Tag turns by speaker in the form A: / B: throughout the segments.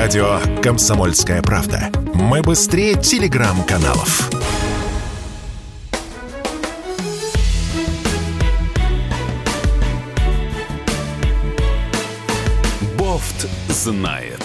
A: Радио «Комсомольская правда». Мы быстрее телеграм-каналов. Бофт знает.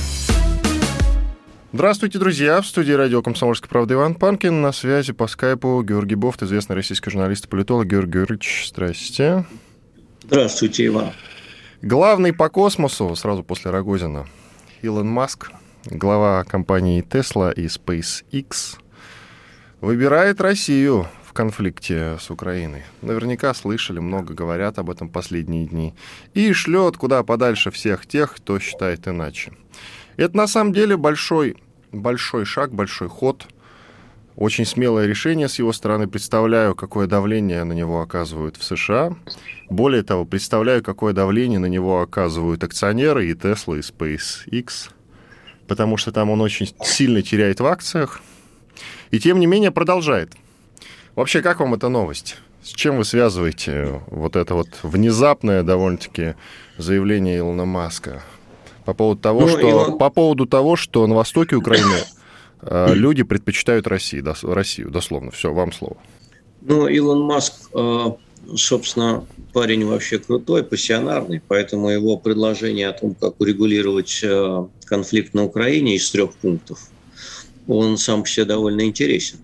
B: Здравствуйте, друзья! В студии радио «Комсомольская правда» Иван Панкин. На связи по скайпу Георгий Бофт, известный российский журналист и политолог. Георгий Георгиевич, здрасте.
C: Здравствуйте, Иван.
B: Главный по космосу, сразу после Рогозина, Илон Маск, глава компании Tesla и SpaceX, выбирает Россию в конфликте с Украиной. Наверняка слышали, много говорят об этом последние дни. И шлет куда подальше всех тех, кто считает иначе. Это на самом деле большой шаг, большой ход. Очень смелое решение с его стороны. Представляю, какое давление на него оказывают в США. Более того, представляю, какое давление на него оказывают акционеры и Tesla, и SpaceX. Потому что там он очень сильно теряет в акциях. И тем не менее продолжает. Вообще, как вам эта новость? С чем вы связываете вот это вот внезапное довольно-таки заявление Илона Маска? По поводу того, что на востоке Украины люди предпочитают Россию, дословно. Все, вам слово.
C: Илон Маск, собственно, парень вообще крутой, пассионарный, поэтому его предложение о том, как урегулировать конфликт на Украине из 3 пунктов, он сам по себе довольно интересен.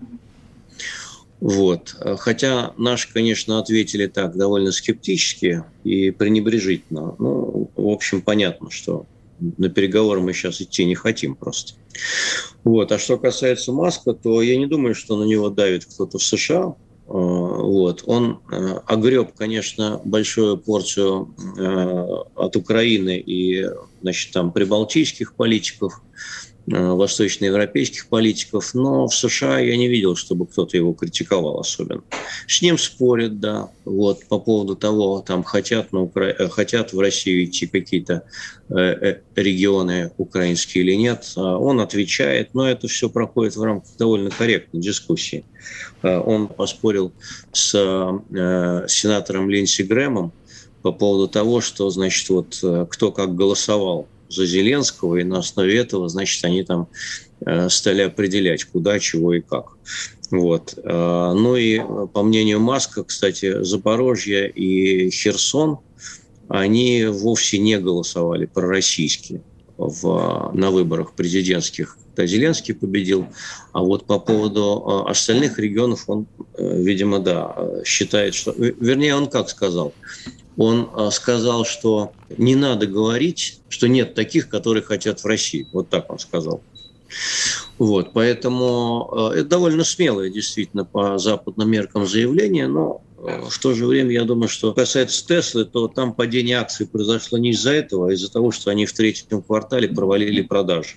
C: Вот. Хотя наши, конечно, ответили так довольно скептически и пренебрежительно. В общем, понятно, что на переговоры мы сейчас идти не хотим просто. Вот. А что касается Маска, то я не думаю, что на него давит кто-то в США. Вот. Он огреб, конечно, большую порцию от Украины и, значит, там прибалтийских политиков, восточноевропейских политиков, но в США я не видел, чтобы кто-то его критиковал особенно. С ним спорят, да, вот, по поводу того, там хотят в Россию идти какие-то регионы украинские или нет. Он отвечает, но это все проходит в рамках довольно корректной дискуссии. Он поспорил с сенатором Линдси Грэмом по поводу того, что, значит, вот кто как голосовал за Зеленского, и на основе этого, значит, они там стали определять, куда, чего и как. Вот. Ну и, по мнению Маска, кстати, Запорожье и Херсон, они вовсе не голосовали пророссийски на выборах президентских, когда Зеленский победил. А вот по поводу остальных регионов он, видимо, да, считает, что... Вернее, он как сказал? Он сказал, что не надо говорить, что нет таких, которые хотят в России. Вот так он сказал. Вот, поэтому это довольно смелое, действительно, по западным меркам заявление, но в то же время я думаю, что касается Теслы, то там падение акций произошло не из-за этого, а из-за того, что они в 3-м квартале провалили продажи,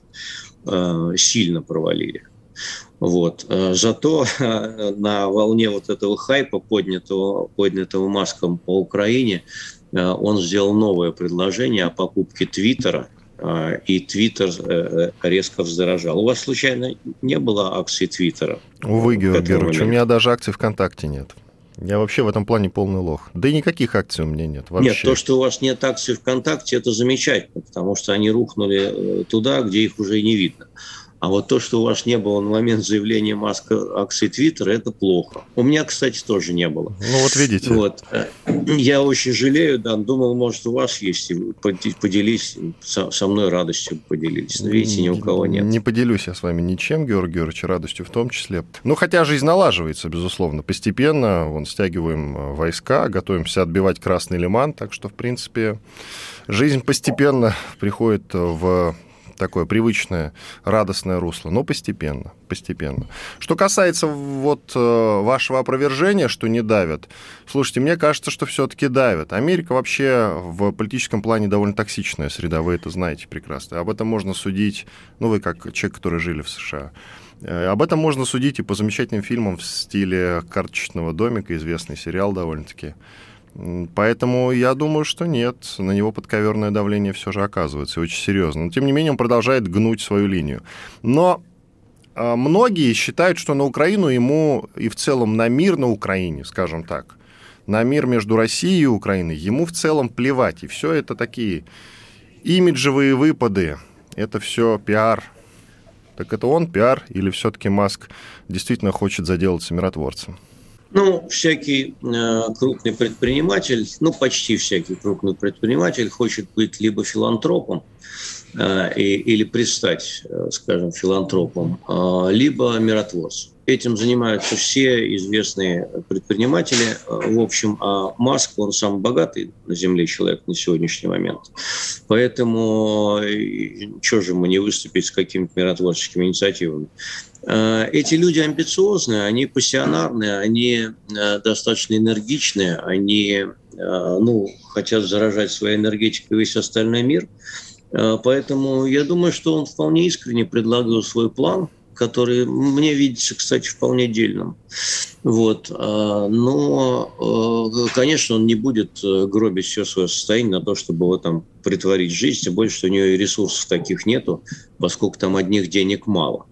C: сильно провалили. Вот. Зато на волне вот этого хайпа, поднятого Маском по Украине, он сделал новое предложение о покупке Твиттера, и Твиттер резко вздорожал. У вас, случайно, не было акций Твиттера?
B: Увы, Георгий Георгиевич, у меня даже акций ВКонтакте нет. Я вообще в этом плане полный лох. Да и никаких акций у меня нет вообще.
C: Нет, то, что у вас нет акций ВКонтакте, это замечательно, потому что они рухнули туда, где их уже и не видно. А вот то, что у вас не было на момент заявления Маска акций Твиттера, это плохо. У меня, кстати, тоже не было.
B: Ну вот видите.
C: Вот. Я очень жалею, да, думал, может, у вас есть, и вы поделись, со мной радостью поделились. Но видите, ни у кого нет.
B: Не поделюсь я с вами ничем, Георгий Георгиевич, радостью в том числе. Ну, хотя жизнь налаживается, безусловно, постепенно. Вон, стягиваем войска, готовимся отбивать Красный Лиман. Так что, в принципе, жизнь постепенно приходит в такое привычное, радостное русло, но постепенно. Что касается вот вашего опровержения, что не давят, слушайте, мне кажется, что все-таки давят. Америка вообще в политическом плане довольно токсичная среда, вы это знаете прекрасно. Об этом можно судить, вы как человек, который жили в США. Об этом можно судить и по замечательным фильмам в стиле «Карточного домика», известный сериал довольно-таки. Поэтому я думаю, что нет, на него подковерное давление все же оказывается, и очень серьезно. Но, тем не менее, он продолжает гнуть свою линию. Но многие считают, что на Украину ему, и в целом на мир на Украине, скажем так, на мир между Россией и Украиной, ему в целом плевать. И все это такие имиджевые выпады это все пиар. Так это он пиар или все-таки Маск действительно хочет заделаться миротворцем?
C: Ну, всякий крупный предприниматель, почти всякий крупный предприниматель хочет быть либо филантропом, или предстать, скажем, филантропом, либо миротворцем. Этим занимаются все известные предприниматели. В общем, а Маск, он самый богатый на Земле человек на сегодняшний момент. Поэтому что же ему не выступить с какими-то миротворческими инициативами? Эти люди амбициозные, они пассионарные, они достаточно энергичные, они хотят заражать своей энергетикой весь остальной мир. Поэтому я думаю, что он вполне искренне предлагал свой план, который мне видится, кстати, вполне дельным. Но, конечно, он не будет гробить все свое состояние на то, чтобы его там притворить в жизнь, тем более, что у него и ресурсов таких нету, поскольку там одних денег мало.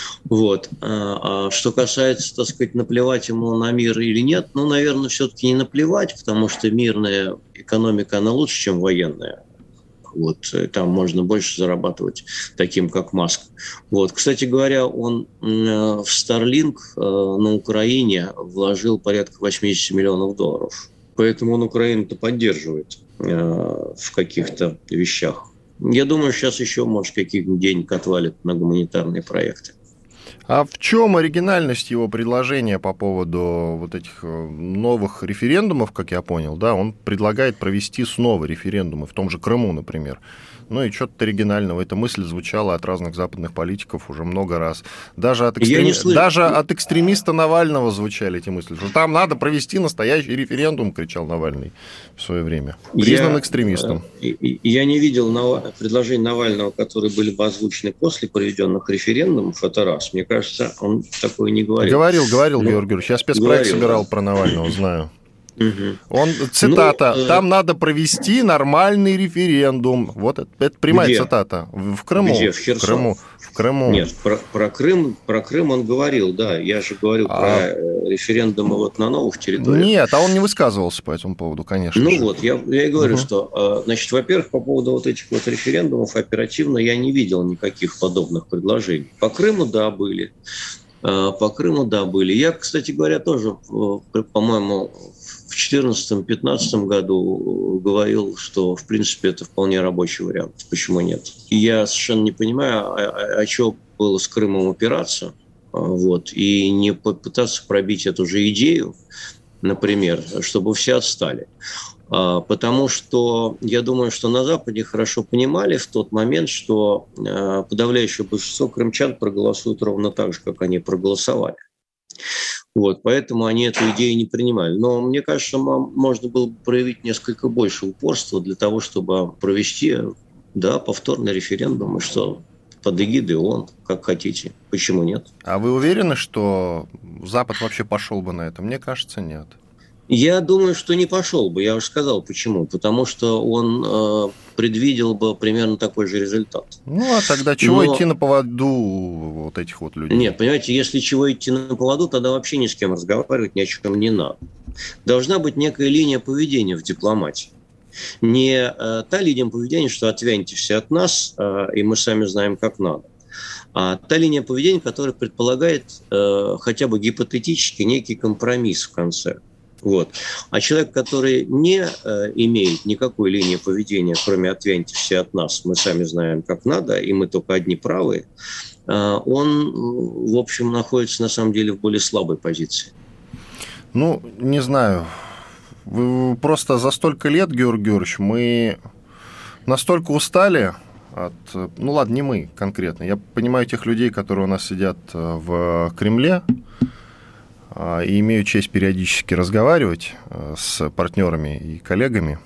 C: А что касается, так сказать, наплевать ему на мир или нет, наверное, все-таки не наплевать, потому что мирная экономика, она лучше, чем военная. Там можно больше зарабатывать таким, как Маск. Кстати говоря, он в Starlink на Украине вложил порядка $80 миллионов. Поэтому он Украину-то поддерживает в каких-то вещах. Я думаю, сейчас еще, может, каких-нибудь денег отвалит на гуманитарные проекты.
B: А в чем оригинальность его предложения по поводу вот этих новых референдумов, как я понял, да? Он предлагает провести снова референдумы в том же Крыму, например. И что-то оригинального. Эта мысль звучала от разных западных политиков уже много раз. Даже от экстремиста Навального звучали эти мысли, что там надо провести настоящий референдум, кричал Навальный в свое время. Признан экстремистом.
C: Я не видел предложений Навального, которые были бы озвучены после проведенных референдумов. Это раз. Мне кажется, он такое не говорил.
B: Говорил, Георгий Георгиевич. Я спецпроект собирал про Навального, знаю. Он, цитата, там надо провести нормальный референдум. Это прямая цитата. В Крыму.
C: Где? В Херсоне?
B: В Крыму.
C: Нет, про Крым он говорил, да. Я же говорю про референдумы на новых территориях.
B: Нет, он не высказывался по этому поводу, конечно же.
C: Я и говорю, что, значит, во-первых, по поводу этих референдумов оперативно я не видел никаких подобных предложений. По Крыму, да, были. Я, кстати говоря, тоже, по-моему, в 2014-2015 году говорил, что, в принципе, это вполне рабочий вариант. Почему нет? Я совершенно не понимаю, а что было с Крымом упираться, и не попытаться пробить эту же идею, например, чтобы все отстали. Потому что я думаю, что на Западе хорошо понимали в тот момент, что подавляющее большинство крымчан проголосуют ровно так же, как они проголосовали. Поэтому они эту идею не принимали. Но мне кажется, можно было бы проявить несколько больше упорства для того, чтобы провести повторный референдум, и что под эгидой ООН, как хотите. Почему нет?
B: А вы уверены, что Запад вообще пошел бы на это? Мне кажется, нет.
C: Я думаю, что не пошел бы. Я уже сказал, почему. Потому что он предвидел бы примерно такой же результат.
B: А тогда чего идти на поводу этих людей?
C: Нет, понимаете, если чего идти на поводу, тогда вообще ни с кем разговаривать ни о чем не надо. Должна быть некая линия поведения в дипломатии. Не та линия поведения, что отвяньте все от нас, и мы сами знаем, как надо. А та линия поведения, которая предполагает хотя бы гипотетически некий компромисс в конце. А человек, который не имеет никакой линии поведения, кроме «отвяньте все от нас, мы сами знаем, как надо, и мы только одни правые», он, в общем, находится, на самом деле, в более слабой позиции.
B: Не знаю. Просто за столько лет, Георгий Георгиевич, мы настолько устали от... ладно, не мы конкретно. Я понимаю тех людей, которые у нас сидят в Кремле, и имею честь периодически разговаривать с партнерами и коллегами.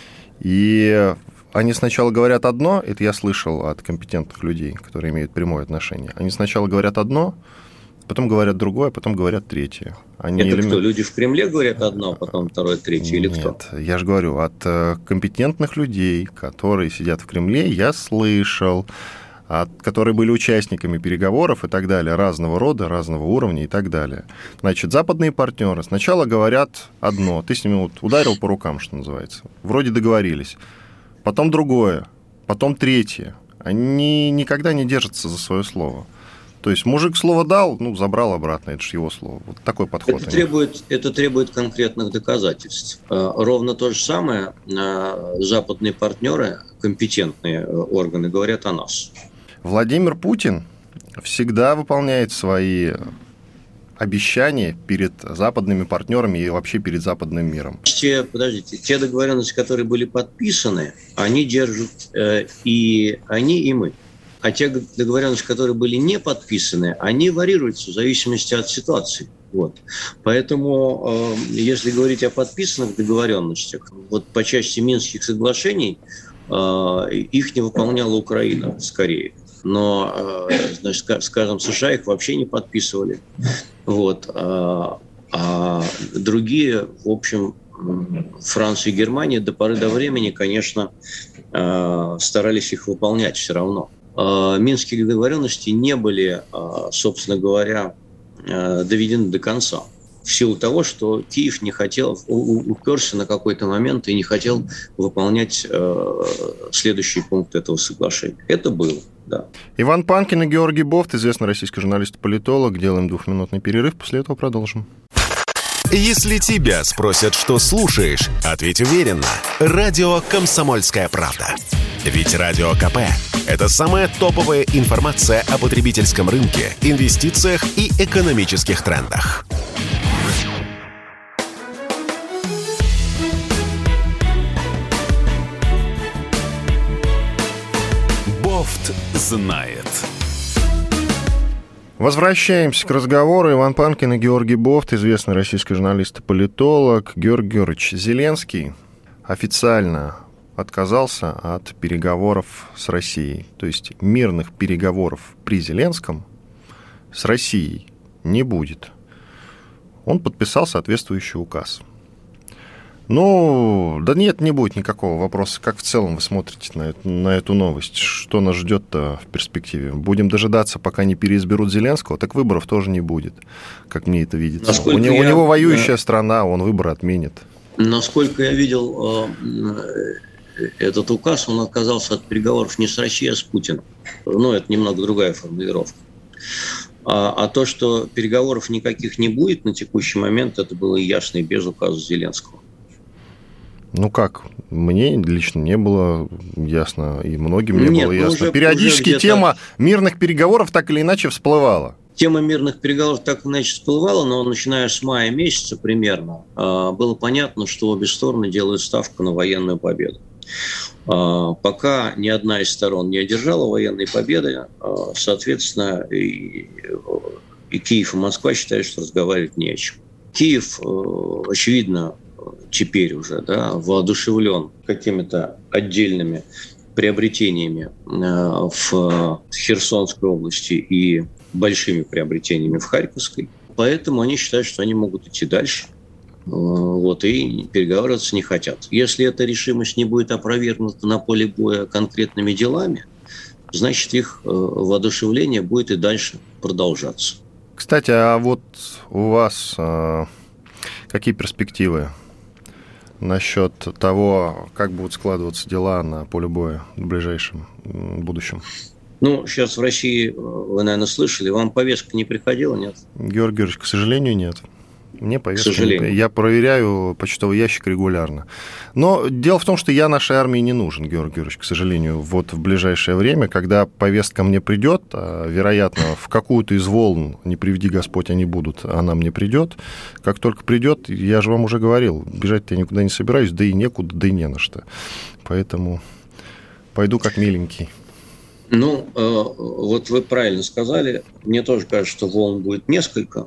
B: И они сначала говорят одно, это я слышал от компетентных людей, которые имеют прямое отношение. Они сначала говорят одно, потом говорят другое, потом говорят третье.
C: Кто, люди в Кремле говорят одно, а потом второе, третье, или кто?
B: Нет, я же говорю, от компетентных людей, которые сидят в Кремле, я слышал, которые были участниками переговоров и так далее, разного рода, разного уровня и так далее. Значит, западные партнеры сначала говорят одно, ты с ними ударил по рукам, что называется, вроде договорились, потом другое, потом третье. они никогда не держатся за свое слово. То есть мужик слово дал, забрал обратно, это же его слово. Вот такой подход.
C: Это требует конкретных доказательств. Ровно то же самое западные партнеры, компетентные органы, говорят о нас.
B: Владимир Путин всегда выполняет свои обещания перед западными партнерами и вообще перед западным миром.
C: Те договоренности, которые были подписаны, они держат и они, и мы. А те договоренности, которые были не подписаны, они варьируются в зависимости от ситуации. Вот. Поэтому, если говорить о подписанных договоренностях, вот по части Минских соглашений, их не выполняла Украина скорее. Но, скажем, США их вообще не подписывали. Вот. А другие, в общем, Франция и Германия до поры до времени, конечно, старались их выполнять все равно. Минские договоренности не были, собственно говоря, доведены до конца. В силу того, что Киев не хотел, уперся на какой-то момент и не хотел выполнять следующий пункт этого соглашения. Это было, да.
B: Иван Панкин и Георгий Бофт, известный российский журналист и политолог. Делаем 2-минутный перерыв, после этого продолжим.
A: Если тебя спросят, что слушаешь, ответь уверенно. Радио «Комсомольская правда». Ведь Радио КП – это самая топовая информация о потребительском рынке, инвестициях и экономических трендах. Бофт знает.
B: Возвращаемся к разговору. Иван Панкин и Георгий Бофт, известный российский журналист и политолог. Георгий Георгиевич, Зеленский официально отказался от переговоров с Россией. То есть мирных переговоров при Зеленском с Россией не будет. Он подписал соответствующий указ. Да нет, не будет никакого вопроса. Как в целом вы смотрите на эту новость? Что нас ждет-то в перспективе? Будем дожидаться, пока не переизберут Зеленского? Так выборов тоже не будет, как мне это видится. У него воюющая страна, он выборы отменит.
C: Насколько я видел этот указ, он отказался от переговоров не с Россией, а с Путиным. Это немного другая формулировка. А то, что переговоров никаких не будет на текущий момент, это было ясно и без указа Зеленского.
B: Мне лично не было ясно, и многим не было ясно. Периодически тема мирных переговоров так или иначе всплывала.
C: Тема мирных переговоров так или иначе всплывала, но начиная с мая месяца примерно было понятно, что обе стороны делают ставку на военную победу. Пока ни одна из сторон не одержала военной победы, соответственно, и Киев, и Москва считают, что разговаривать не о чем. Киев, очевидно, теперь уже воодушевлен какими-то отдельными приобретениями в Херсонской области и большими приобретениями в Харьковской. Поэтому они считают, что они могут идти дальше. И переговариваться не хотят. Если эта решимость не будет опровергнута на поле боя конкретными делами, значит, их воодушевление будет и дальше продолжаться.
B: Кстати, а вот у вас какие перспективы насчет того, как будут складываться дела на поле боя в ближайшем будущем?
C: Сейчас в России, вы, наверное, слышали, вам повестка не приходила, нет?
B: Георгий Георгиевич, к сожалению, нет. Мне повестка не... Я проверяю почтовый ящик регулярно. Но дело в том, что я нашей армии не нужен, Георгий Георгиевич, к сожалению. Вот в ближайшее время, когда повестка мне придет, вероятно, в какую-то из волн, не приведи Господь, они будут, она мне придет. Как только придет, я же вам уже говорил, бежать-то я никуда не собираюсь, да и некуда, да и не на что. Поэтому пойду как миленький.
C: Вот вы правильно сказали. Мне тоже кажется, что волн будет несколько.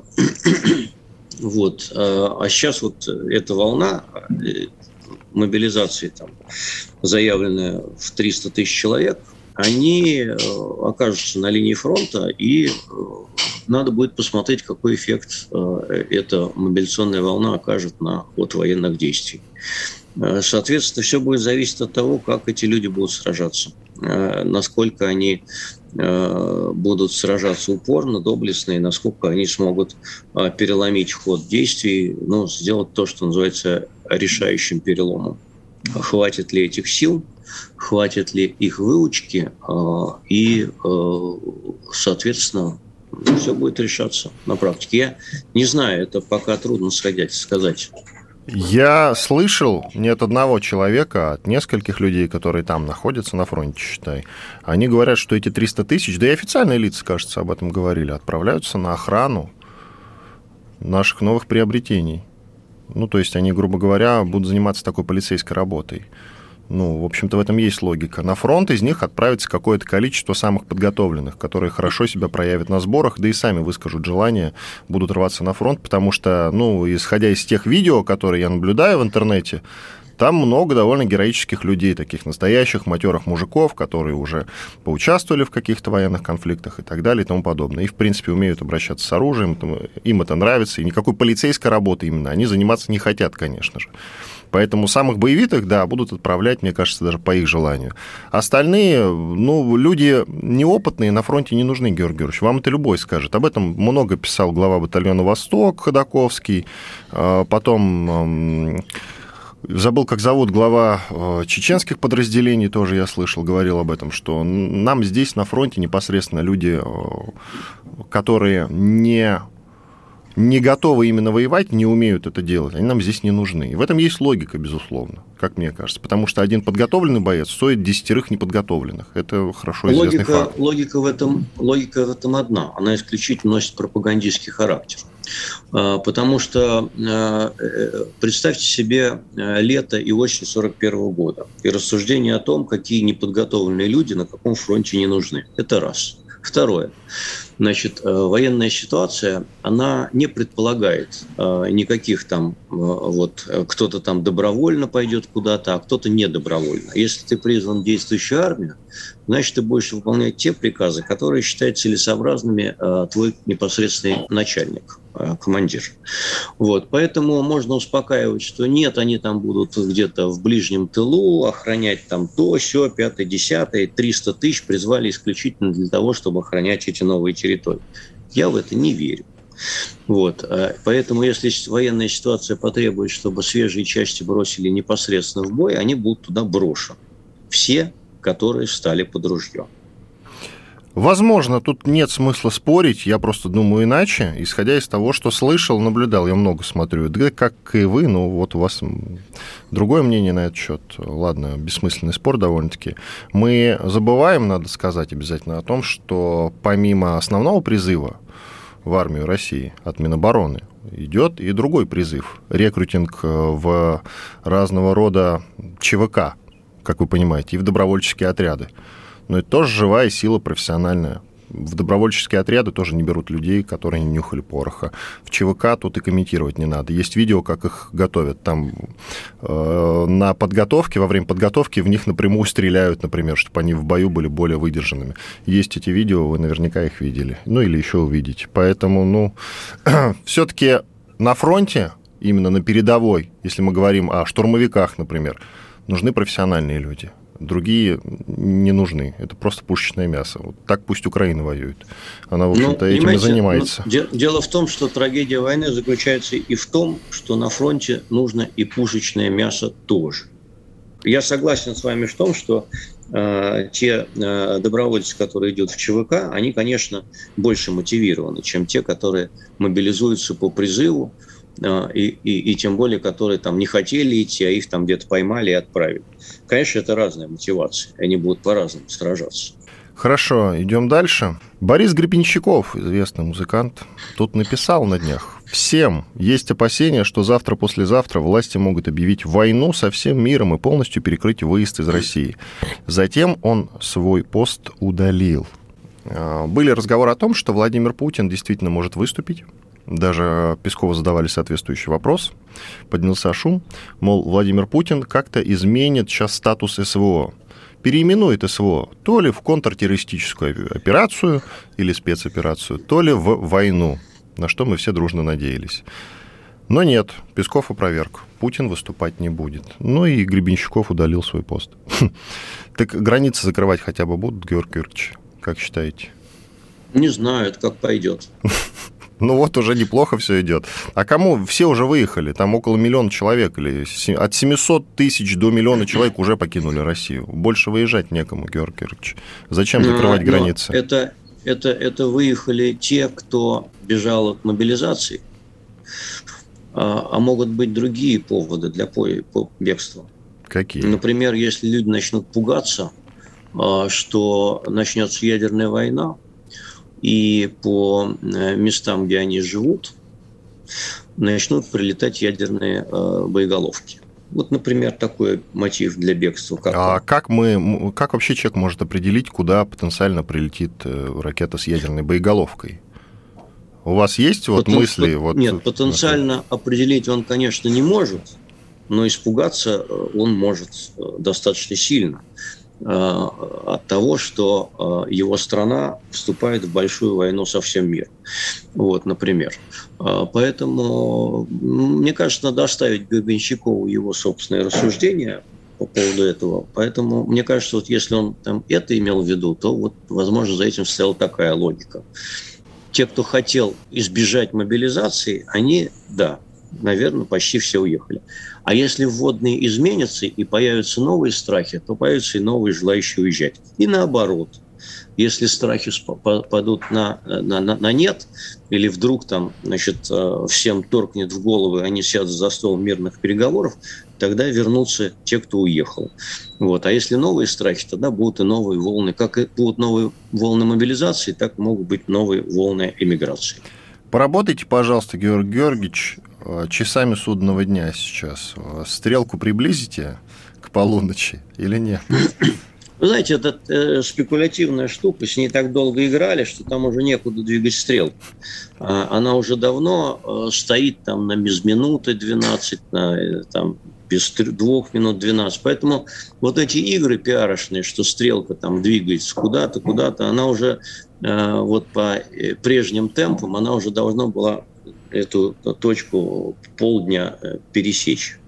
C: А сейчас эта волна мобилизации, заявленная в 300 тысяч человек, они окажутся на линии фронта, и надо будет посмотреть, какой эффект эта мобилизационная волна окажет на ход военных действий. Соответственно, все будет зависеть от того, как эти люди будут сражаться, насколько они будут сражаться упорно, доблестно, и насколько они смогут переломить ход действий, сделать то, что называется решающим переломом. Хватит ли этих сил? хватит ли их выучки, и, соответственно, все будет решаться на практике. Я не знаю, это пока трудно сказать.
B: Я слышал не от одного человека, а от нескольких людей, которые там находятся на фронте, считай. Они говорят, что эти 300 тысяч, да и официальные лица, кажется, об этом говорили, отправляются на охрану наших новых приобретений. Ну, то есть они, грубо говоря, будут заниматься такой полицейской работой. Ну, в общем-то, в этом есть логика. На фронт из них отправится какое-то количество самых подготовленных, которые хорошо себя проявят на сборах, да и сами выскажут желание, будут рваться на фронт, потому что, ну, исходя из тех видео, которые я наблюдаю в интернете, там много довольно героических людей, таких настоящих матерых мужиков, которые уже поучаствовали в каких-то военных конфликтах и так далее и тому подобное. И, в принципе, умеют обращаться с оружием, им это нравится, и никакой полицейской работы именно они заниматься не хотят, конечно же. Поэтому самых боевитых, да, будут отправлять, мне кажется, даже по их желанию. Остальные, ну, люди неопытные на фронте не нужны, Георгий Георгиевич. Вам это любой скажет. Об этом много писал глава батальона «Восток» Ходаковский. Потом, забыл, как зовут, глава чеченских подразделений, тоже я слышал, говорил об этом, что нам здесь на фронте непосредственно люди, которые не готовы именно воевать, не умеют это делать, они нам здесь не нужны. И в этом есть логика, безусловно, как мне кажется, потому что один подготовленный боец стоит 10 неподготовленных. Это хорошо известный факт.
C: Логика в этом одна, она исключительно носит пропагандистский характер. Потому что представьте себе лето и осень 1941 года и рассуждение о том, какие неподготовленные люди на каком фронте не нужны. Это раз. Второе. Значит, военная ситуация, она не предполагает никаких там, вот, кто-то там добровольно пойдет куда-то, а кто-то не добровольно. Если ты призван в действующую армию, значит, ты будешь выполнять те приказы, которые считает целесообразными твой непосредственный начальник, командир. Вот. Поэтому можно успокаивать, что нет, они там будут где-то в ближнем тылу, охранять там то, сё, 5-е, 10-е, 300 тысяч призвали исключительно для того, чтобы охранять эти новые территории. Я в это не верю. Вот. Поэтому, если военная ситуация потребует, чтобы свежие части бросили непосредственно в бой, они будут туда брошены. Все, которые встали под ружье.
B: Возможно, тут нет смысла спорить, я просто думаю иначе, исходя из того, что слышал, наблюдал, я много смотрю, да как и вы, но вот у вас другое мнение на этот счет. Ладно, бессмысленный спор довольно-таки. Мы забываем, надо сказать обязательно, о том, что помимо основного призыва в армию России от Минобороны идет и другой призыв, рекрутинг в разного рода ЧВК, как вы понимаете, и в добровольческие отряды. Но это тоже живая сила профессиональная. В добровольческие отряды тоже не берут людей, которые не нюхали пороха. В ЧВК тут и комментировать не надо. Есть видео, как их готовят. Там на подготовке, во время подготовки в них напрямую стреляют, например, чтобы они в бою были более выдержанными. Есть эти видео, вы наверняка их видели. Ну, или еще увидите. Поэтому, все-таки на фронте, именно на передовой, если мы говорим о штурмовиках, например, нужны профессиональные люди. Другие не нужны. Это просто пушечное мясо. Вот так пусть Украина воюет. Она, в общем-то, этим и занимается.
C: Дело в том, что трагедия войны заключается и в том, что на фронте нужно и пушечное мясо тоже. Я согласен с вами в том, что те добровольцы, которые идут в ЧВК, они, конечно, больше мотивированы, чем те, которые мобилизуются по призыву, и тем более, которые там не хотели идти, а их там где-то поймали и отправили. Конечно, это разная мотивация, они будут по-разному сражаться.
B: Хорошо, идем дальше. Борис Гребенщиков, известный музыкант, тут написал на днях: «Всем есть опасения, что завтра-послезавтра власти могут объявить войну со всем миром и полностью перекрыть выезд из России». Затем он свой пост удалил. Были разговоры о том, что Владимир Путин действительно может выступить. Даже Пескову задавали соответствующий вопрос. Поднялся шум, мол, Владимир Путин как-то изменит сейчас статус СВО. Переименует СВО то ли в контртеррористическую операцию или спецоперацию, то ли в войну, на что мы все дружно надеялись. Но нет, Песков опроверг. Путин выступать не будет. Ну и Гребенщиков удалил свой пост. Так границы закрывать хотя бы будут, Георгий Георгиевич? Как считаете?
C: Не знаю, это как пойдет.
B: Ну вот уже неплохо все идет. А кому? Все уже выехали. Там около 1 миллиона человек. Или от 700 тысяч до 1 миллиона человек уже покинули Россию. Больше выезжать некому, Георгий Георгиевич. Зачем закрывать границы?
C: Это выехали те, кто бежал от мобилизации. А могут быть другие поводы для бегства.
B: Какие?
C: Например, если люди начнут пугаться, что начнется ядерная война, и по местам, где они живут, начнут прилетать ядерные боеголовки. Вот, например, такой мотив для бегства.
B: Как вообще человек может определить, куда потенциально прилетит ракета с ядерной боеголовкой? У вас есть мысли?
C: Нет, потенциально определить он, конечно, не может, но испугаться он может достаточно сильно от того, что его страна вступает в большую войну со всем миром. Вот, например. Поэтому, мне кажется, надо оставить Гребенщикову его собственные рассуждения по поводу этого. Поэтому, мне кажется, вот если он там это имел в виду, то, вот, возможно, за этим стояла такая логика. Те, кто хотел избежать мобилизации, они, да, наверное, почти все уехали. А если вводные изменятся и появятся новые страхи, то появятся и новые желающие уезжать. И наоборот. Если страхи падут на нет, или вдруг там, всем торкнет в голову, они сядут за стол мирных переговоров, тогда вернутся те, кто уехал. Вот. А если новые страхи, тогда будут и новые волны. Как и будут новые волны мобилизации, так могут быть новые волны эмиграции.
B: Поработайте, пожалуйста, Георгий Георгиевич, часами судного дня сейчас. Стрелку приблизите к полуночи или нет?
C: Вы знаете, это спекулятивная штука, с ней так долго играли, что там уже некуда двигать стрелку. Она уже давно стоит там на без минуты 12, без 2 минут 12. Поэтому вот эти игры пиарочные, что стрелка там двигается куда-то, она уже вот по прежним темпам, она уже должна была эту точку полдня пересечь.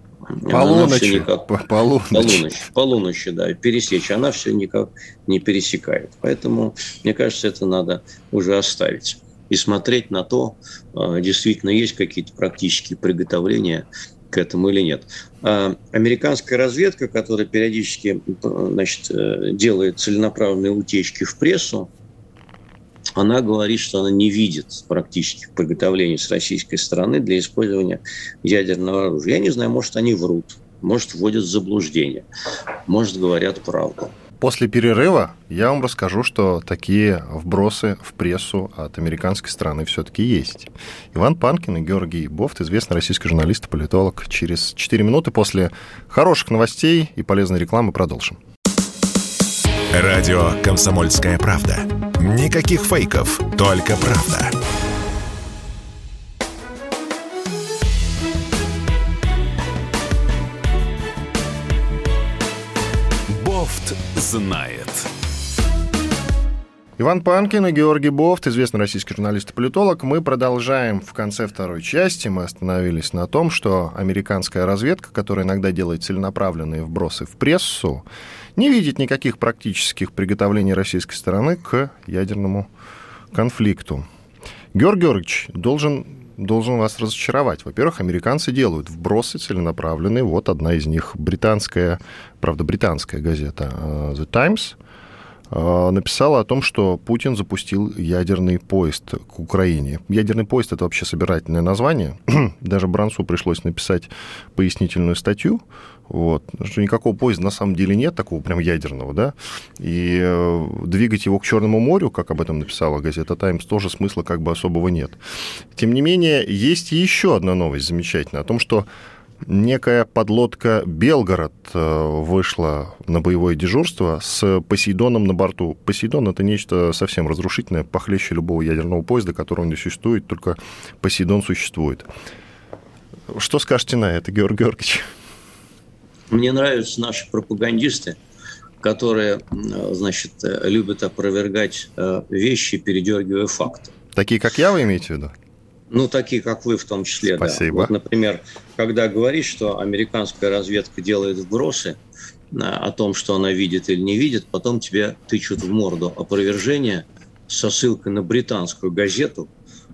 C: Полуночи, да, пересечь. Она все никак не пересекает. Поэтому, мне кажется, это надо уже оставить. И смотреть на то, действительно есть какие-то практические приготовления к этому или нет. Американская разведка, которая периодически делает целенаправленные утечки в прессу, она говорит, что она не видит практических приготовлений с российской стороны для использования ядерного оружия. Я не знаю, может, они врут, может, вводят в заблуждение, может, говорят правду.
B: После перерыва я вам расскажу, что такие вбросы в прессу от американской стороны все-таки есть. Иван Панкин и Георгий Бофт, известный российский журналист и политолог. Через 4 минуты после хороших новостей и полезной рекламы продолжим.
A: Радио «Комсомольская правда». Никаких фейков, только правда. Бофт знает.
B: Иван Панкин и Георгий Бофт, известный российский журналист и политолог. Мы продолжаем в конце второй части. Мы остановились на том, что американская разведка, которая иногда делает целенаправленные вбросы в прессу, не видит никаких практических приготовлений российской стороны к ядерному конфликту. Георгий Георгиевич, должен вас разочаровать. Во-первых, американцы делают вбросы целенаправленные. Вот одна из них, британская газета The Times, написала о том, что Путин запустил ядерный поезд к Украине. Ядерный поезд — это вообще собирательное название. Даже Бранцу пришлось написать пояснительную статью, что никакого поезда на самом деле нет, такого прям ядерного, да, и двигать его к Черному морю, как об этом написала газета «Таймс», тоже смысла как бы особого нет. Тем не менее, есть еще одна новость замечательная о том, что некая подлодка «Белгород» вышла на боевое дежурство с «Посейдоном» на борту. «Посейдон» — это нечто совсем разрушительное, похлеще любого ядерного поезда, которого не существует, только «Посейдон» существует. Что скажете на это, Георгий Георгиевич?
C: Мне нравятся наши пропагандисты, которые, любят опровергать вещи, передергивая факты.
B: Такие, как я, вы имеете в виду?
C: Такие, как вы в том числе.
B: Спасибо.
C: Да. Вот, например, когда говоришь, что американская разведка делает вбросы о том, что она видит или не видит, потом тебя тычут в морду опровержение со ссылкой на британскую газету,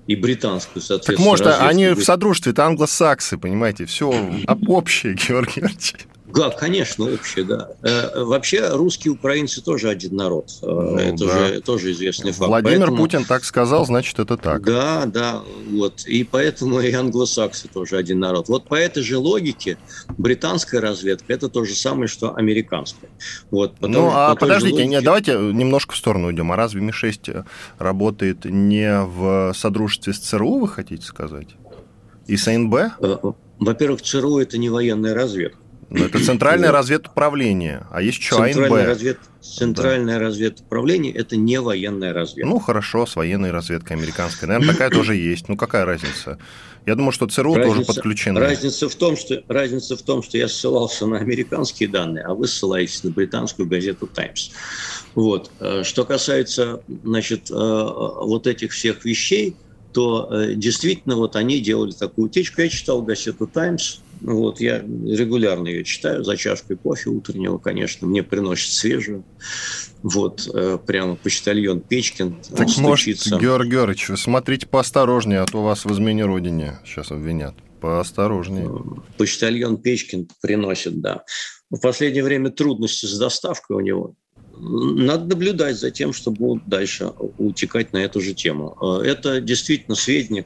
C: и британскую, соответственно.
B: Так может, они в содружестве-то англосаксы, понимаете, все общее, Георгий Георгиевич.
C: Да, конечно, общее, да. Вообще русские и украинцы тоже один народ. Это же тоже известный факт.
B: Владимир Путин так сказал, значит, это так.
C: Да, вот. И поэтому и англосаксы тоже один народ. Вот по этой же логике британская разведка – это то же самое, что американская. Вот,
B: подождите, давайте немножко в сторону уйдем. А разве Ми-6 работает не в содружестве с ЦРУ, вы хотите сказать? И с АНБ?
C: Во-первых, ЦРУ – это не военная разведка.
B: Но это Центральное разведуправление, а есть еще АНБ.
C: Центральное разведуправление – это не военная разведка.
B: Ну, хорошо, с военной разведкой американской. Наверное, такая тоже есть. Ну, какая разница? Я думаю, что ЦРУ тоже подключены.
C: Разница в том, что я ссылался на американские данные, а вы ссылаетесь на британскую газету «Таймс». Вот. Что касается, значит, вот этих всех вещей, то действительно вот они делали такую утечку. Я читал газету «Таймс». Вот, я регулярно ее читаю, за чашкой кофе утреннего, конечно, мне приносят свежую. Вот, прямо почтальон Печкин.
B: Так может, Георгий Георгиевич, вы смотрите поосторожнее, а то вас в измене родине сейчас обвинят. Поосторожнее.
C: Почтальон Печкин приносит, да. В последнее время трудности с доставкой у него. Надо наблюдать за тем, что будут дальше утекать на эту же тему. Это действительно сведения,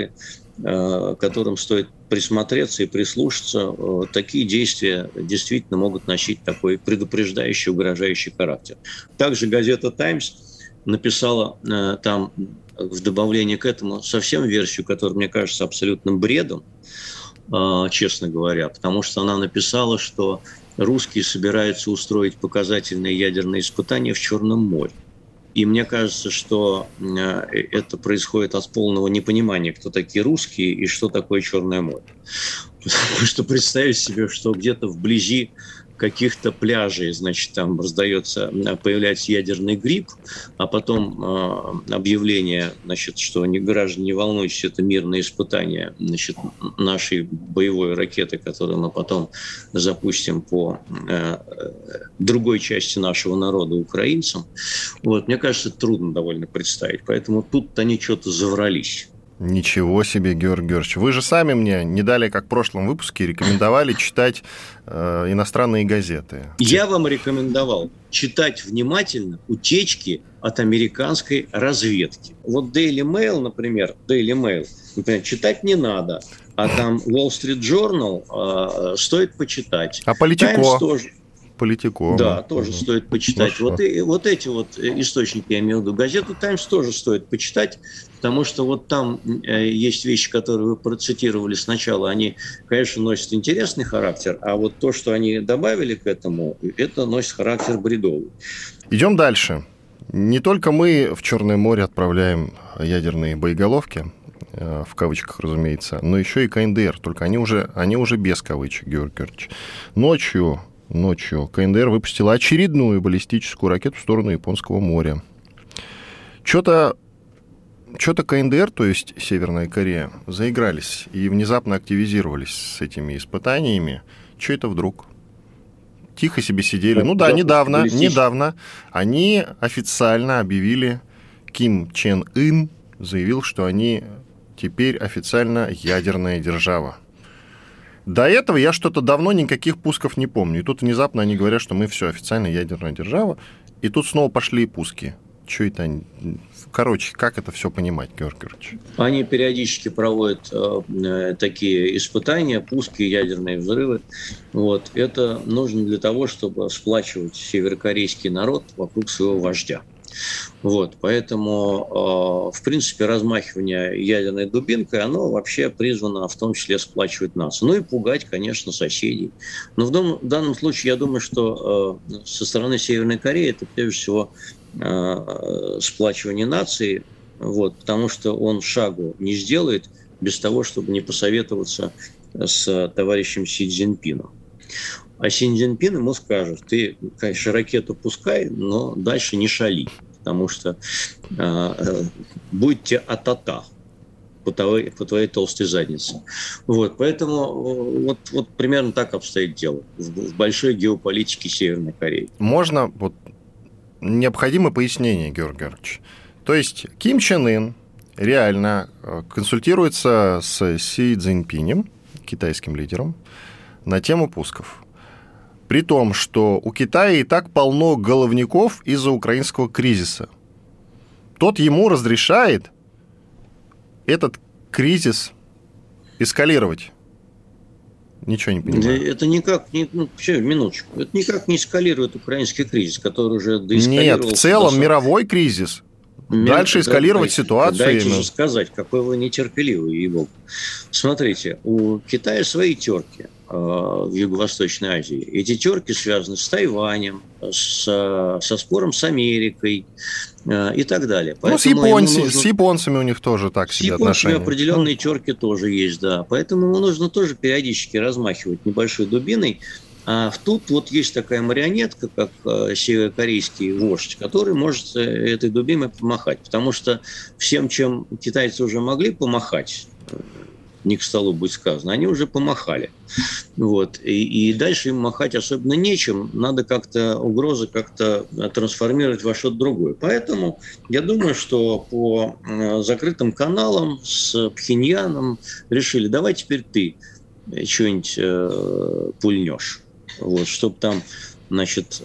C: которым стоит присмотреться и прислушаться. Такие действия действительно могут носить такой предупреждающий, угрожающий характер. Также газета «Таймс» написала там в добавлении к этому совсем версию, которая мне кажется абсолютным бредом, честно говоря, потому что она написала, что русские собираются устроить показательные ядерные испытания в Черном море. И мне кажется, что это происходит от полного непонимания, кто такие русские и что такое Черное море. Потому что представить себе, что где-то вблизи каких-то пляжей, значит, там появляется ядерный гриб, а потом объявление, значит, что граждане, не волнуйтесь, это мирное испытание, значит, нашей боевой ракеты, которую мы потом запустим по другой части нашего народа, украинцам. Вот, мне кажется, трудно довольно представить. Поэтому тут они что-то заврались.
B: Ничего себе, Георгий Георгиевич. Вы же сами мне не далее, как в прошлом выпуске, рекомендовали читать иностранные газеты.
C: Я вам рекомендовал читать внимательно утечки от американской разведки. Вот Daily Mail, например, читать не надо, а там Wall Street Journal стоит почитать.
B: А Политико?
C: Times тоже.
B: Политико.
C: Да, тоже стоит почитать. Вот эти вот источники, я имею в виду, газету «Таймс» тоже стоит почитать, потому что вот там есть вещи, которые вы процитировали сначала, они, конечно, носят интересный характер, а вот то, что они добавили к этому, это носит характер бредовый.
B: Идем дальше. Не только мы в Черное море отправляем ядерные боеголовки, в кавычках, разумеется, но еще и КНДР, только они уже без кавычек, Георгий Георгиевич. Ночью КНДР выпустила очередную баллистическую ракету в сторону Японского моря. Что-то КНДР, то есть Северная Корея, заигрались и внезапно активизировались с этими испытаниями. Что это вдруг? Тихо себе сидели. Ну да, недавно они официально объявили, Ким Чен Ын заявил, что они теперь официально ядерная держава. До этого я что-то давно никаких пусков не помню. И тут внезапно они говорят, что мы все, официально ядерная держава. И тут снова пошли пуски. Что это они? Короче, как это все понимать, Георгий Георгиевич?
C: Они периодически проводят такие испытания, пуски, ядерные взрывы. Вот. Это нужно для того, чтобы сплачивать северокорейский народ вокруг своего вождя. Вот, поэтому, в принципе, размахивание ядерной дубинкой, оно вообще призвано в том числе сплачивать нацию. Ну и пугать, конечно, соседей. Но в данном случае, я думаю, что со стороны Северной Кореи это, прежде всего, сплачивание нации, вот, потому что он шагу не сделает без того, чтобы не посоветоваться с товарищем Си Цзиньпином. А Си Цзиньпин ему скажет: ты, конечно, ракету пускай, но дальше не шали, потому что будьте а-та-та по твоей толстой заднице. Вот, поэтому вот примерно так обстоит дело в большой геополитике Северной Кореи.
B: Можно, необходимо пояснение, Георгий Георгиевич. То есть Ким Чен Ын реально консультируется с Си Цзиньпинем, китайским лидером, на тему пусков. При том, что у Китая и так полно головников из-за украинского кризиса. Тот ему разрешает этот кризис эскалировать. Ничего не понимаю.
C: Это никак не... минуточку. Это никак не эскалирует украинский кризис, который уже доэскалировался.
B: Нет, в целом мировой кризис. Дальше эскалировать ситуацию.
C: Дайте же сказать, какой вы нетерпеливый, ей-богу. Смотрите, у Китая свои терки в Юго-Восточной Азии. Эти терки связаны с Тайванем, со спором с Америкой и так далее.
B: С японцами у них тоже так себе отношения.
C: С японцами определенные терки тоже есть, да. Поэтому ему нужно тоже периодически размахивать небольшой дубиной. А тут вот есть такая марионетка, как северокорейский вождь, который может этой дубиной помахать. Потому что всем, чем китайцы уже могли помахать, не к столу будет сказано, они уже помахали. Вот. И дальше им махать особенно нечем. Надо как-то угрозы как-то трансформировать во что-то другое. Поэтому я думаю, что по закрытым каналам с Пхеньяном решили, давай теперь ты что-нибудь пульнешь. Вот, чтобы там, значит,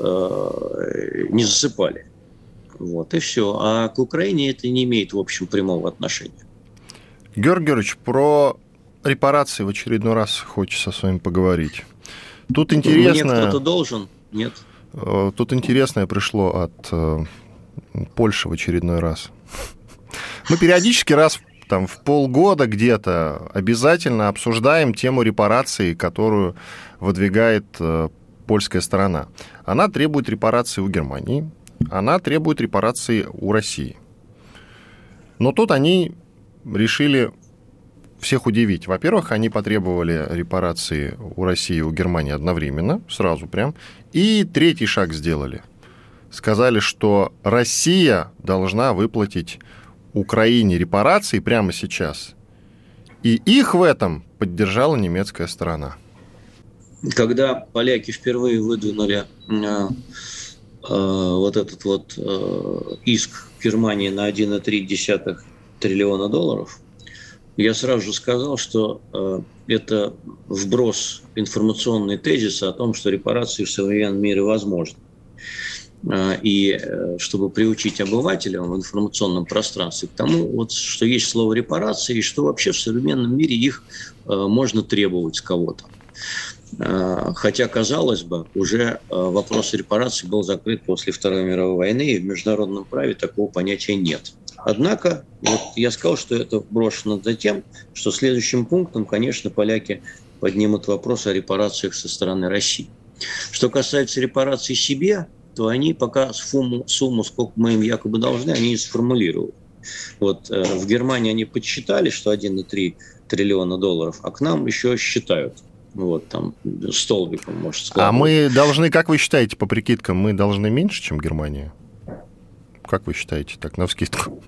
C: не засыпали. Вот, и все. А к Украине это не имеет, в общем, прямого отношения.
B: Георгий Георгиевич, про репарации в очередной раз хочется с вами поговорить. Тут интересно...
C: Мне кто-то должен? Нет.
B: Тут интересное пришло от Польши в очередной раз. Мы периодически раз в полгода где-то обязательно обсуждаем тему репараций, которую выдвигает польская сторона. Она требует репараций у Германии, она требует репараций у России. Но тут они решили всех удивить. Во-первых, они потребовали репарации у России и у Германии одновременно, сразу прям. И третий шаг сделали. Сказали, что Россия должна выплатить Украине репарации прямо сейчас. И их в этом поддержала немецкая сторона.
C: Когда поляки впервые выдвинули вот этот вот иск Германии на 1,3 триллиона долларов, я сразу же сказал, что это вброс информационной тезиса о том, что репарации в современном мире возможны. И чтобы приучить обывателя в информационном пространстве к тому, вот, что есть слово репарации, и что вообще в современном мире их можно требовать с кого-то. Хотя, казалось бы, уже вопрос репараций был закрыт после Второй мировой войны, и в международном праве такого понятия нет. Однако, вот я сказал, что это брошено за тем, что следующим пунктом, конечно, поляки поднимут вопрос о репарациях со стороны России. Что касается репараций себе, то они пока сумму, сколько мы им якобы должны, они не сформулировали. Вот в Германии они подсчитали, что 1,3 триллиона долларов, а к нам еще считают. Вот там столбиком, может, складывать.
B: А мы должны, как вы считаете, по прикидкам, мы должны меньше, чем Германия? Как вы считаете, так, навскидку?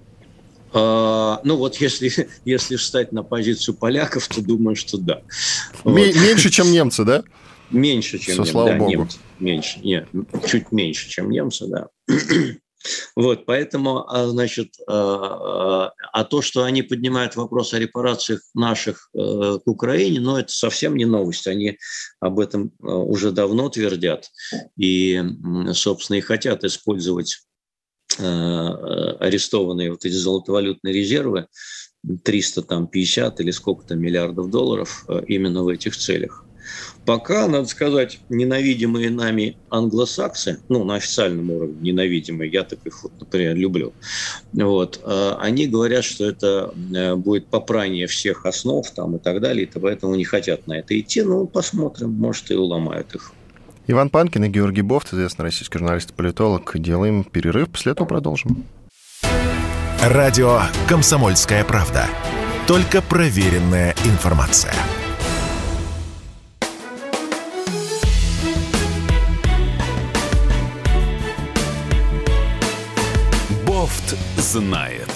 C: Ну вот если встать на позицию поляков, то думаю, что да.
B: Меньше, чем немцы, да?
C: Меньше, чем немцы.
B: Слава богу.
C: Немцы. Меньше, нет, чуть меньше, чем немцы, да. Вот, поэтому, значит, то, что они поднимают вопрос о репарациях наших к Украине, но это совсем не новость. Они об этом уже давно твердят и, собственно, и хотят использовать арестованные вот эти золотовалютные резервы, 350 или сколько-то миллиардов долларов именно в этих целях. Пока, надо сказать, ненавидимые нами англосаксы, на официальном уровне ненавидимые, я так их, например, люблю, вот, они говорят, что это будет попрание всех основ там, и так далее, и поэтому не хотят на это идти. Посмотрим, может, и уломают их.
B: Иван Панкин и Георгий Бофт, известный российский журналист и политолог. Делаем перерыв, после этого продолжим.
A: Радио «Комсомольская правда». Только проверенная информация. Бофт знает.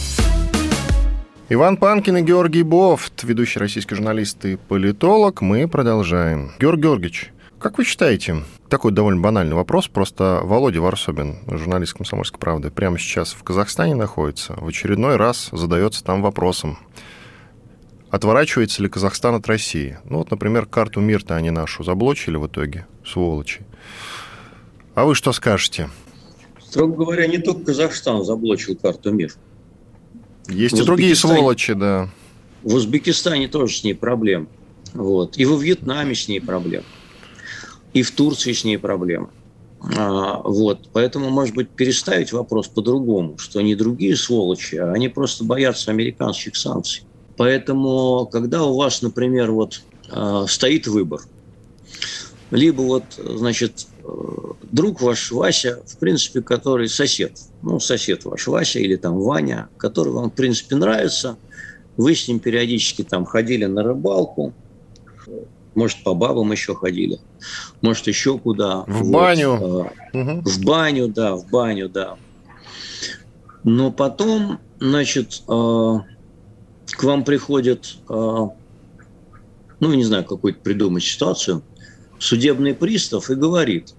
B: Иван Панкин и Георгий Бофт, ведущий российский журналист и политолог. Мы продолжаем. Георгий Георгиевич, как вы считаете, Такой довольно банальный вопрос. Просто Володя Варсобин, журналист «Комсомольской правды», прямо сейчас в Казахстане находится, в очередной раз задается там вопросом, отворачивается ли Казахстан от России. Ну вот, например, карту МИР-то они нашу заблочили в итоге, сволочи. А вы что скажете?
C: Строго говоря, не только Казахстан заблочил карту МИР.
B: Есть и другие сволочи, да.
C: В Узбекистане тоже с ней проблемы. Вот. И во Вьетнаме с ней проблемы. И в Турции с ней проблемы. Вот. Поэтому, может быть, переставить вопрос по-другому, что не другие сволочи, а они просто боятся американских санкций. Поэтому, когда у вас, например, вот стоит выбор, либо вот, значит, друг ваш Вася, в принципе, который сосед, ну, сосед ваш Вася или там Ваня, который вам, в принципе, нравится, вы с ним периодически там ходили на рыбалку, может, по бабам еще ходили, может, еще куда.
B: В баню.
C: В баню, да. Но потом, значит, к вам приходит, ну, не знаю, какую-то придумать ситуацию, судебный пристав и говорит,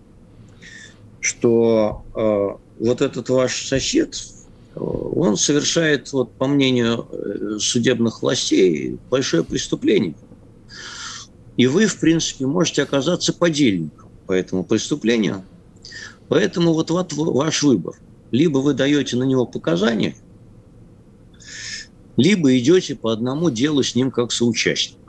C: что вот этот ваш сосед, он совершает, вот, по мнению судебных властей, большое преступление. И вы, в принципе, можете оказаться подельником по этому преступлению. Поэтому вот ваш выбор. Либо вы даете на него показания, либо идете по одному делу с ним как соучастник.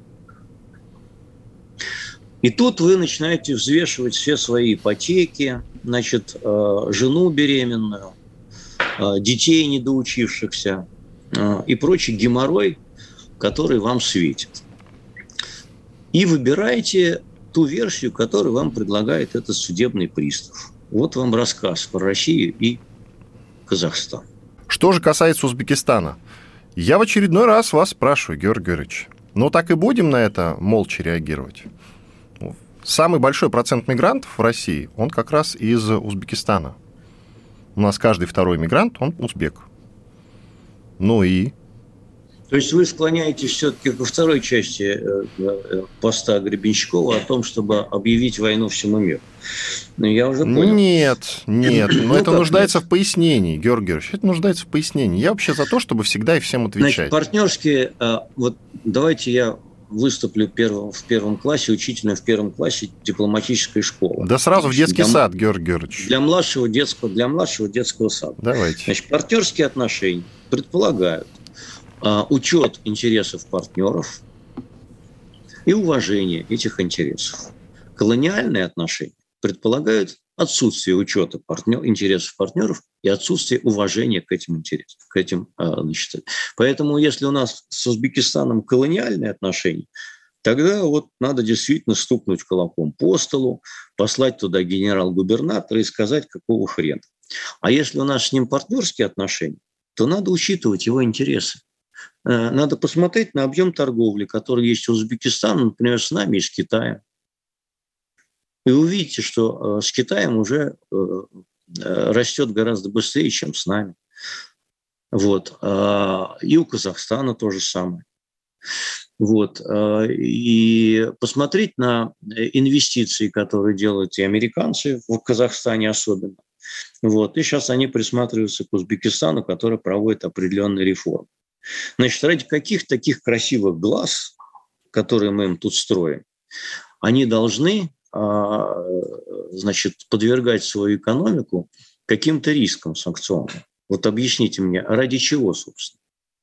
C: И тут вы начинаете взвешивать все свои ипотеки, значит, жену беременную, детей недоучившихся и прочий геморрой, который вам светит. И выбираете ту версию, которую вам предлагает этот судебный пристав. Вот вам рассказ про Россию и Казахстан.
B: Что же касается Узбекистана, я в очередной раз вас спрашиваю, Георгий Георгиевич, ну так и будем на это молча реагировать? Самый большой процент мигрантов в России, он как раз из Узбекистана. У нас каждый второй мигрант, он узбек. Ну и...
C: То есть вы склоняетесь все-таки ко второй части поста Гребенщикова о том, чтобы объявить войну всему миру. Но я уже понял.
B: Нет, но это нуждается в пояснении, Георгий Георгиевич, это нуждается в пояснении. Я вообще за то, чтобы всегда и всем отвечать.
C: Значит, партнерские, вот давайте я выступлю в первом классе, учителем в первом классе дипломатической школы.
B: Да сразу в детский сад, Георгий Георгиевич. Для младшего
C: детского сада.
B: Давайте.
C: Значит, партнерские отношения предполагают учет интересов партнеров и уважение этих интересов. Колониальные отношения предполагают отсутствие учета интересов партнеров и отсутствие уважения к этим интересам. Значит. Поэтому, если у нас с Узбекистаном колониальные отношения, тогда вот надо действительно стукнуть кулаком по столу, послать туда генерал-губернатора и сказать, какого хрена. А если у нас с ним партнерские отношения, то надо учитывать его интересы. Надо посмотреть на объем торговли, который есть у Узбекистана, например, с нами и с Китаем. И увидите, что с Китаем уже растет гораздо быстрее, чем с нами. Вот. И у Казахстана то же самое. Вот. И посмотреть на инвестиции, которые делают и американцы, в Казахстане особенно. Вот. И сейчас они присматриваются к Узбекистану, который проводит определенные реформы. Значит, ради каких таких красивых глаз, которые мы им тут строим, они должны, значит, подвергать свою экономику каким-то рискам санкционным. Вот объясните мне, ради чего, собственно?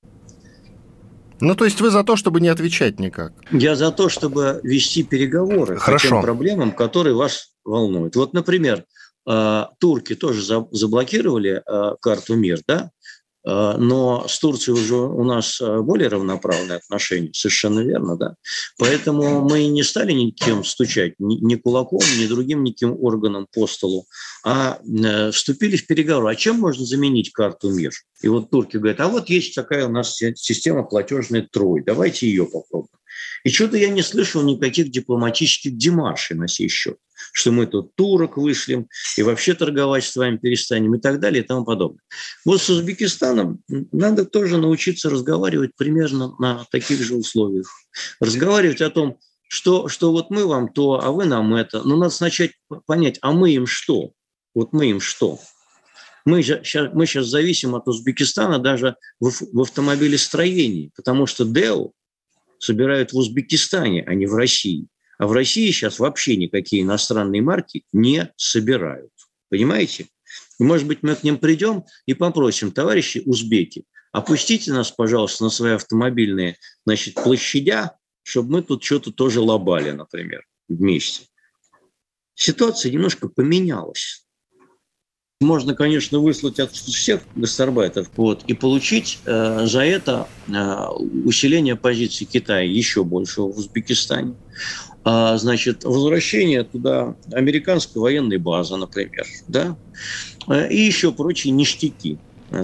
B: Ну, то есть вы за то, чтобы не отвечать никак?
C: Я за то, чтобы вести переговоры по тем проблемам, которые вас волнуют. Вот, например, турки тоже заблокировали карту МИР, да? Но с Турцией уже у нас более равноправные отношения, совершенно верно, да. Поэтому мы не стали никем стучать, ни кулаком, ни другим никаким органом по столу, а вступили в переговоры. А чем можно заменить карту МИР? И вот турки говорят, а вот есть такая у нас система платежная Трой, давайте ее попробуем. И что-то я не слышал никаких дипломатических демаршей на сей счет, что мы тут турок вышлем и вообще торговать с вами перестанем и так далее и тому подобное. Вот с Узбекистаном надо тоже научиться разговаривать примерно на таких же условиях. Разговаривать о том, что вот мы вам то, а вы нам это. Но надо сначала понять, а мы им что? Вот мы им что? Мы сейчас зависим от Узбекистана даже в автомобилестроении, потому что ДЭО собирают в Узбекистане, а не в России. А в России сейчас вообще никакие иностранные марки не собирают. Понимаете? И, может быть, мы к ним придем и попросим: товарищи узбеки, опустите нас, пожалуйста, на свои автомобильные, площадя, чтобы мы тут что-то тоже лобали, например, вместе. Ситуация немножко поменялась. Можно, конечно, выслать от всех гастарбайтеров и получить за это усиление позиций Китая еще больше в Узбекистане. Возвращение туда американской военной базы, например, да, и еще прочие ништяки.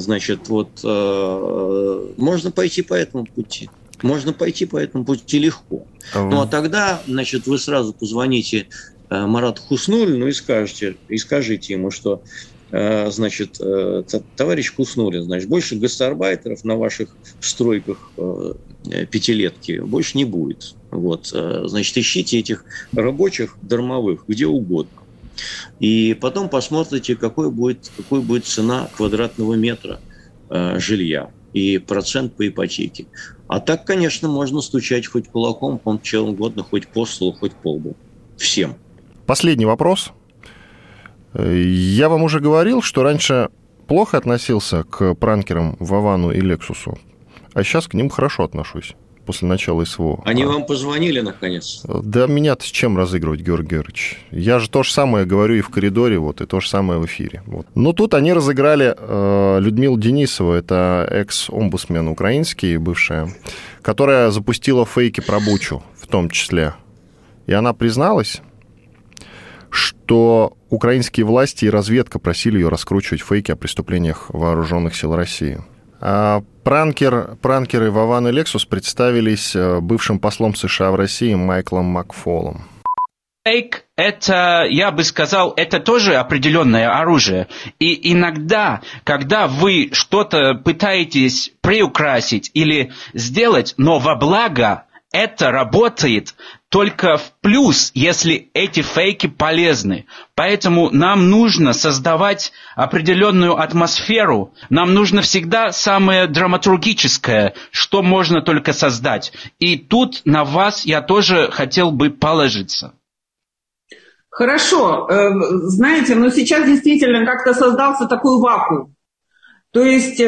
C: Можно пойти по этому пути. Можно пойти по этому пути легко. Ну, а тогда, вы сразу позвоните Марату Хуснуллину и скажите ему, что товарищ Хуснуллин, больше гастарбайтеров на ваших стройках пятилетки больше не будет. Ищите этих рабочих дармовых где угодно. И потом посмотрите, какой будет цена квадратного метра жилья и процент по ипотеке. А так, конечно, можно стучать хоть кулаком, чем угодно, хоть по столу, хоть по лбу. Всем.
B: Последний вопрос. Я вам уже говорил, что раньше плохо относился к пранкерам Вовану и Лексусу, а сейчас к ним хорошо отношусь после начала СВО.
C: Они вам позвонили, наконец?
B: Да меня-то с чем разыгрывать, Георгий Георгиевич? Я же то же самое говорю и в коридоре, и то же самое в эфире. Но тут они разыграли Людмилу Денисову, это экс-омбудсмен украинский, бывшая, которая запустила фейки про Бучу в том числе. И она призналась, что украинские власти и разведка просили ее раскручивать фейки о преступлениях вооруженных сил России. А пранкеры Вован и Лексус представились бывшим послом США в России Майклом Макфолом.
D: Фейк – это, я бы сказал, это тоже определенное оружие. И иногда, когда вы что-то пытаетесь приукрасить или сделать, но во благо, это работает только в плюс, если эти фейки полезны. Поэтому нам нужно создавать определенную атмосферу. Нам нужно всегда самое драматургическое, что можно только создать. И тут на вас я тоже хотел бы положиться.
E: Хорошо. Знаете, но сейчас действительно как-то создался такой вакуум. То есть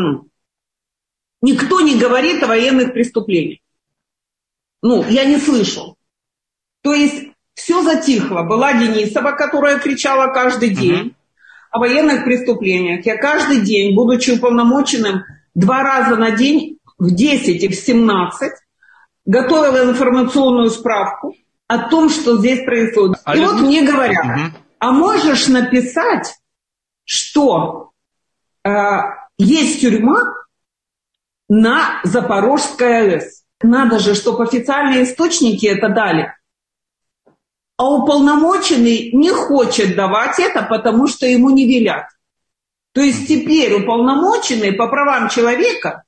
E: никто не говорит о военных преступлениях. Я не слышу. То есть все затихло. Была Денисова, которая кричала каждый день о военных преступлениях. Я каждый день, будучи уполномоченным 2 раза на день, в 10 и в 17, готовила информационную справку о том, что здесь происходит. И вот мне говорят, а можешь написать, что есть тюрьма на Запорожской АЭС? Надо же, чтобы официальные источники это дали. А уполномоченный не хочет давать это, потому что ему не велят. То есть теперь уполномоченный по правам человека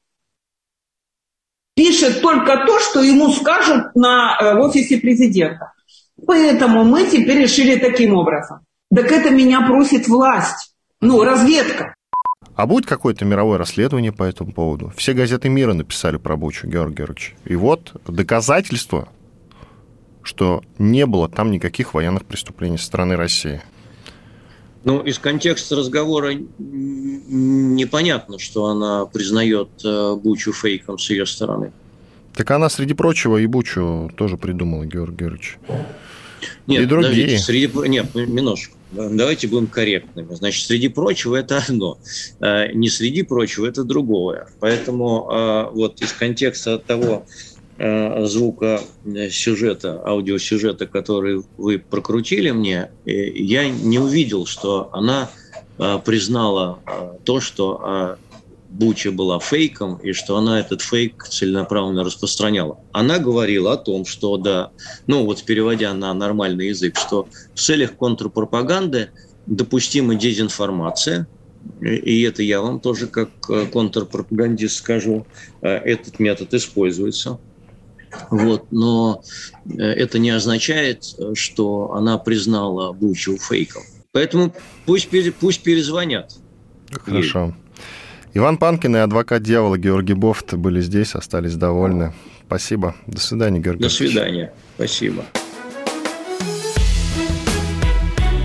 E: пишет только то, что ему скажут в офисе президента. Поэтому мы теперь решили таким образом. Так это меня просит власть, разведка.
B: А будет какое-то мировое расследование по этому поводу? Все газеты мира написали про Бучу, Георгий Георгиевич. И вот доказательство, что не было там никаких военных преступлений со стороны России.
C: Из контекста разговора непонятно, что она признает Бучу фейком с ее стороны.
B: Так она, среди прочего, и Бучу тоже придумала, Георгий Георгиевич.
C: Нет,
B: и другие.
C: Нет, минуточку. Давайте будем корректными. Среди прочего это одно. Не среди прочего это другое. Поэтому из контекста того звука сюжета, аудиосюжета, который вы прокрутили мне, я не увидел, что она признала то, что Буча была фейком, и что она этот фейк целенаправленно распространяла. Она говорила о том, что, переводя на нормальный язык, что в целях контрпропаганды допустима дезинформация, и это я вам тоже как контрпропагандист скажу, этот метод используется. Вот, но это не означает, что она признала Бучу фейком. Поэтому пусть перезвонят.
B: Хорошо. Иван Панкин и адвокат дьявола Георгий Бофт были здесь, остались довольны. Спасибо. До свидания, Георгий.
C: До свидания. Спасибо.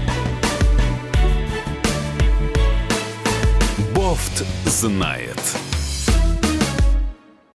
A: Бофт знает.